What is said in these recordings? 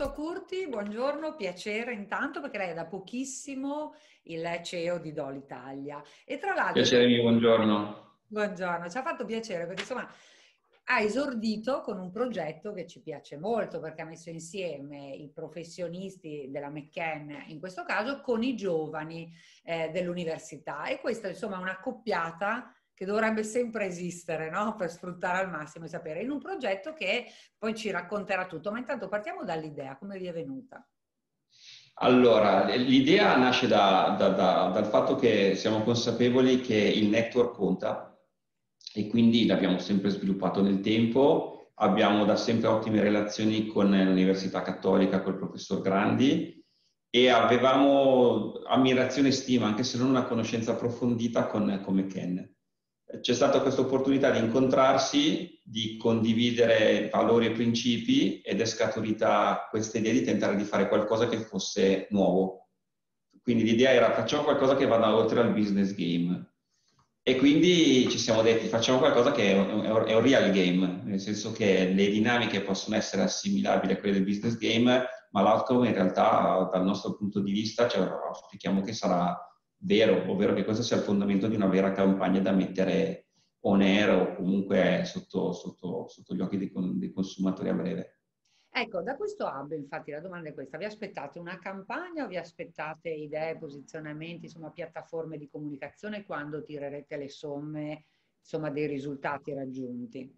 Ernesto Curti, buongiorno, piacere intanto perché lei è da pochissimo il CEO di Dole Italia e tra l'altro, Piacere mio, buongiorno. buongiorno, ci ha fatto piacere perché insomma ha esordito con un progetto che ci piace molto perché ha messo insieme i professionisti della McKen, in questo caso, con i giovani dell'università e questa insomma è una coppiata che dovrebbe sempre esistere, no? Per sfruttare al massimo il sapere, in un progetto che poi ci racconterà tutto, ma intanto partiamo dall'idea, come vi è venuta? Allora, l'idea nasce dal fatto che siamo consapevoli che il network conta e quindi l'abbiamo sempre sviluppato nel tempo. Abbiamo da sempre ottime relazioni con l'Università Cattolica, col professor Grandi e avevamo ammirazione e stima, anche se non una conoscenza approfondita, con McKen. C'è stata questa opportunità di incontrarsi, di condividere valori e principi ed è scaturita questa idea di tentare di fare qualcosa che fosse nuovo. Quindi l'idea era facciamo qualcosa che vada oltre al business game. E quindi ci siamo detti facciamo qualcosa che è un real game, nel senso che le dinamiche possono essere assimilabili a quelle del business game, ma l'outcome in realtà dal nostro punto di vista cioè, auspichiamo che sarà vero, ovvero che questo sia il fondamento di una vera campagna da mettere on air o comunque sotto gli occhi dei consumatori a breve. Ecco, da questo hub, infatti, la domanda è questa: vi aspettate una campagna o vi aspettate idee, posizionamenti, insomma, piattaforme di comunicazione quando tirerete le somme, insomma, dei risultati raggiunti?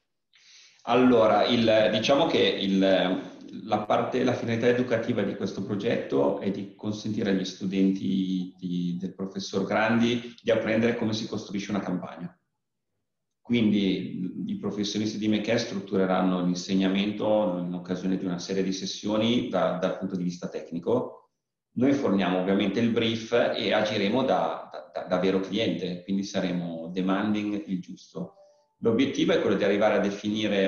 Allora, diciamo che la finalità educativa di questo progetto è di consentire agli studenti del professor Grandi di apprendere come si costruisce una campagna. Quindi i professionisti di McKen struttureranno l'insegnamento in occasione di una serie di sessioni dal punto di vista tecnico. Noi forniamo ovviamente il brief e agiremo da vero cliente, quindi saremo demanding il giusto. L'obiettivo è quello di arrivare a definire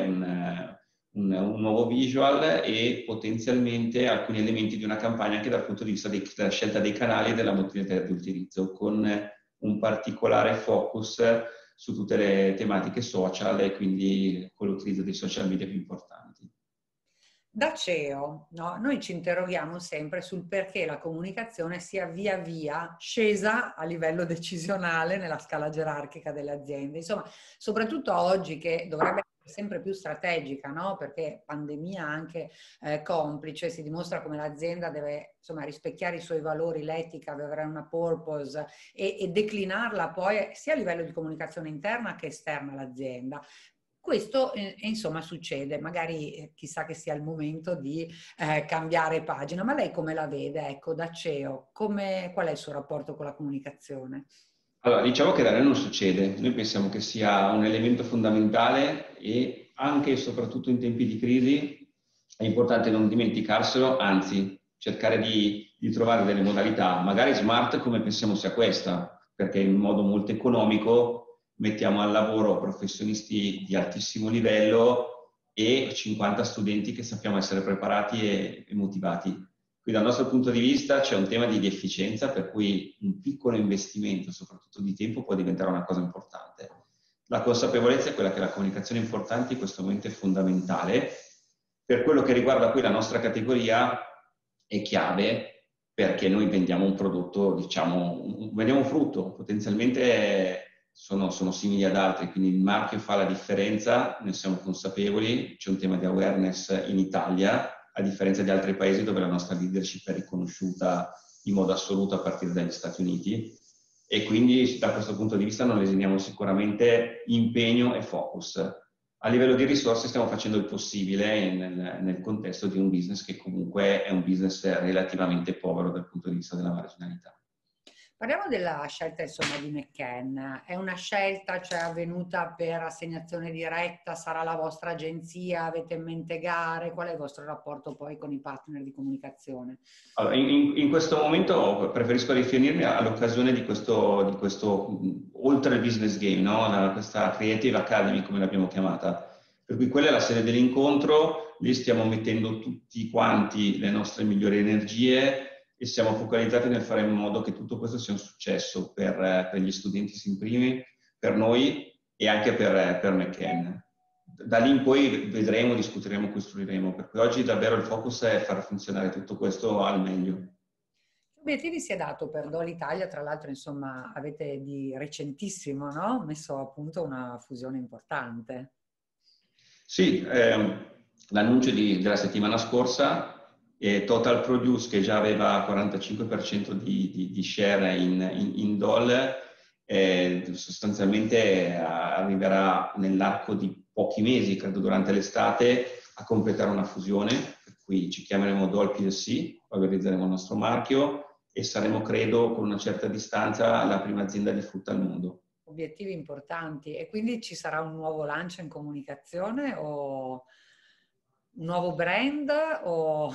un nuovo visual e potenzialmente alcuni elementi di una campagna anche dal punto di vista della scelta dei canali e della modalità di utilizzo, con un particolare focus su tutte le tematiche social e quindi con l'utilizzo dei social media più importanti. Da CEO, no? Noi ci interroghiamo sempre sul perché la comunicazione sia via via scesa a livello decisionale nella scala gerarchica delle aziende. Insomma, soprattutto oggi che dovrebbe essere sempre più strategica, no? Perché pandemia anche complice, si dimostra come l'azienda deve insomma rispecchiare i suoi valori, l'etica, avere una purpose e declinarla poi sia a livello di comunicazione interna che esterna all'azienda. Questo insomma succede, magari chissà che sia il momento di cambiare pagina, ma lei come la vede? Ecco, da CEO, qual è il suo rapporto con la comunicazione? Allora, diciamo che da noi non succede, noi pensiamo che sia un elemento fondamentale e anche e soprattutto in tempi di crisi è importante non dimenticarselo, anzi cercare di trovare delle modalità, magari smart come pensiamo sia questa, perché in modo molto economico mettiamo al lavoro professionisti di altissimo livello e 50 studenti che sappiamo essere preparati e motivati. Quindi dal nostro punto di vista c'è un tema di efficienza per cui un piccolo investimento, soprattutto di tempo, può diventare una cosa importante. La consapevolezza è quella che la comunicazione importante in questo momento è fondamentale. Per quello che riguarda qui la nostra categoria è chiave perché noi vendiamo un prodotto, diciamo, vendiamo un frutto, potenzialmente sono simili ad altri, quindi il marchio fa la differenza, ne siamo consapevoli, c'è un tema di awareness in Italia, a differenza di altri paesi dove la nostra leadership è riconosciuta in modo assoluto a partire dagli Stati Uniti e quindi da questo punto di vista non lesiniamo sicuramente impegno e focus. A livello di risorse stiamo facendo il possibile nel contesto di un business che comunque è un business relativamente povero dal punto di vista della marginalità. Parliamo della scelta insomma di McKen. È una scelta cioè avvenuta per assegnazione diretta? Sarà la vostra agenzia? Avete in mente gare? Qual è il vostro rapporto poi con i partner di comunicazione? Allora, in questo momento preferisco riferirmi all'occasione di questo oltre il business game, no? Questa Creative Academy come l'abbiamo chiamata. Per cui quella è la sede dell'incontro, lì stiamo mettendo tutti quanti le nostre migliori energie e siamo focalizzati nel fare in modo che tutto questo sia un successo per gli studenti in primi, per noi e anche per McKen. da lì in poi vedremo, discuteremo, costruiremo. Per cui oggi davvero il focus è far funzionare tutto questo al meglio. Che obiettivi si è dato per Dole Italia? Tra l'altro, insomma, avete di recentissimo, no? Messo a punto una fusione importante. Sì, l'annuncio della settimana scorsa, Total Produce, che già aveva 45% di share in Dole, sostanzialmente arriverà nell'arco di pochi mesi, credo durante l'estate, a completare una fusione, per cui ci chiameremo Dole PLC, valorizzeremo il nostro marchio e saremo, credo, con una certa distanza, la prima azienda di frutta al mondo. Obiettivi importanti. E quindi ci sarà un nuovo lancio in comunicazione o un nuovo brand? O...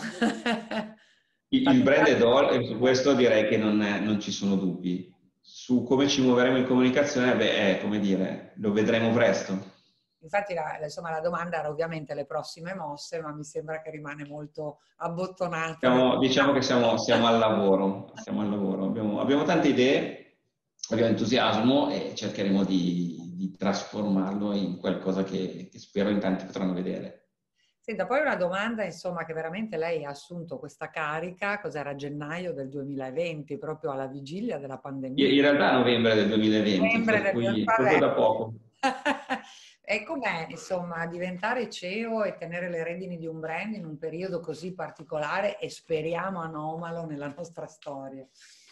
Il brand è Dole e su questo direi che non ci sono dubbi. Su come ci muoveremo in comunicazione, beh, come dire, lo vedremo presto. Infatti insomma, la domanda era ovviamente le prossime mosse, ma mi sembra che rimane molto abbottonata. Diciamo che siamo al lavoro, abbiamo tante idee, abbiamo entusiasmo e cercheremo di trasformarlo in qualcosa che spero in tanti potranno vedere. Senta, poi una domanda, insomma, che veramente lei ha assunto questa carica, cos'era gennaio del 2020, proprio alla vigilia della pandemia. In realtà a novembre del 2020, Novembre per del cui 2020. proprio da poco. E com'è, insomma, diventare CEO e tenere le redini di un brand in un periodo così particolare e speriamo anomalo nella nostra storia?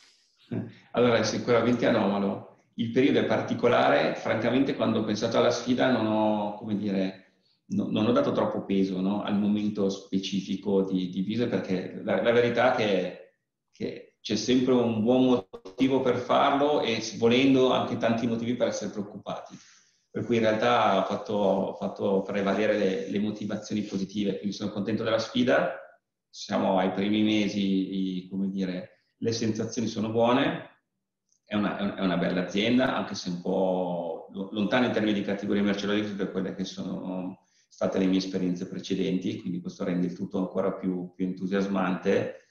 Allora, è sicuramente anomalo. Il periodo è particolare, francamente quando ho pensato alla sfida non ho, come dire, non ho dato troppo peso, no, al momento specifico di Visa, perché la verità è che c'è sempre un buon motivo per farlo e volendo anche tanti motivi per essere preoccupati. Per cui in realtà ho fatto prevalere le motivazioni positive, quindi sono contento della sfida, siamo ai primi mesi, come dire, le sensazioni sono buone, è una bella azienda, anche se un po' lontana in termini di categorie merceologiche da quelle che sono state le mie esperienze precedenti, quindi questo rende il tutto ancora più entusiasmante.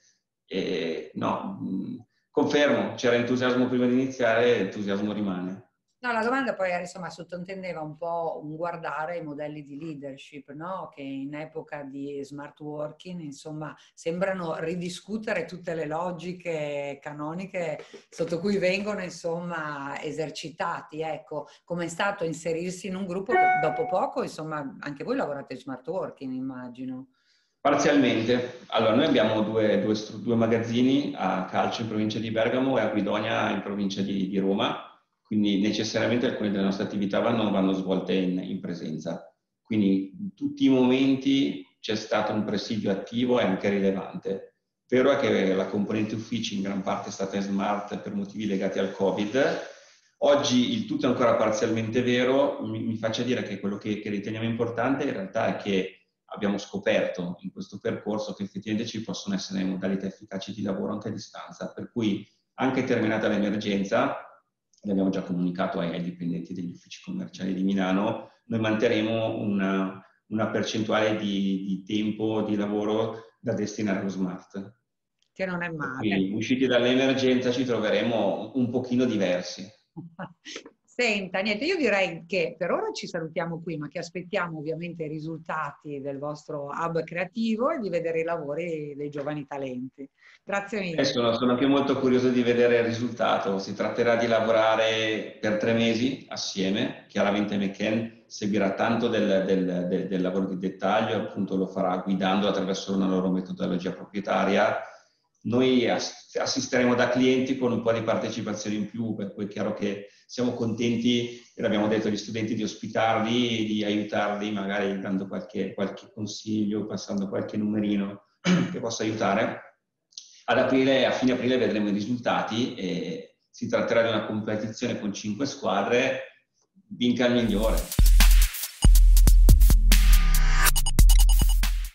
E, no, confermo, c'era entusiasmo prima di iniziare, entusiasmo rimane. No, la domanda poi era, insomma, sottintendeva un po' un guardare i modelli di leadership, no? Che in epoca di smart working, insomma, sembrano ridiscutere tutte le logiche canoniche sotto cui vengono, insomma, esercitati. Ecco, come è stato inserirsi in un gruppo che dopo poco, insomma, anche voi lavorate in smart working, immagino. Parzialmente. Allora, noi abbiamo due magazzini a Calcio in provincia di Bergamo e a Guidonia in provincia di Roma, quindi necessariamente alcune delle nostre attività vanno svolte in presenza. Quindi in tutti i momenti c'è stato un presidio attivo e anche rilevante. Vero è che la componente uffici in gran parte è stata in smart per motivi legati al Covid. Oggi il tutto è ancora parzialmente vero, mi faccia dire che quello che riteniamo importante in realtà è che abbiamo scoperto in questo percorso che effettivamente ci possono essere modalità efficaci di lavoro anche a distanza, per cui anche terminata l'emergenza, l'abbiamo già comunicato ai dipendenti degli uffici commerciali di Milano, noi manterremo una percentuale di tempo di lavoro da destinare allo smart. Che non è Per male. cui usciti dall'emergenza ci troveremo un pochino diversi. Senta, niente, io direi che per ora ci salutiamo qui, ma che aspettiamo ovviamente i risultati del vostro hub creativo e di vedere i lavori dei giovani talenti. Grazie mille. Sono anche molto curioso di vedere il risultato. Si tratterà di lavorare per 3 mesi assieme. Chiaramente McKen seguirà tanto del lavoro di dettaglio, appunto lo farà guidando attraverso una loro metodologia proprietaria. Noi assisteremo da clienti con un po' di partecipazione in più, per cui è chiaro che siamo contenti, e l'abbiamo detto agli studenti, di ospitarli, di aiutarli, magari dando qualche consiglio, passando qualche numerino che possa aiutare. A fine aprile vedremo i risultati e si tratterà di una competizione con 5 squadre, vinca il migliore.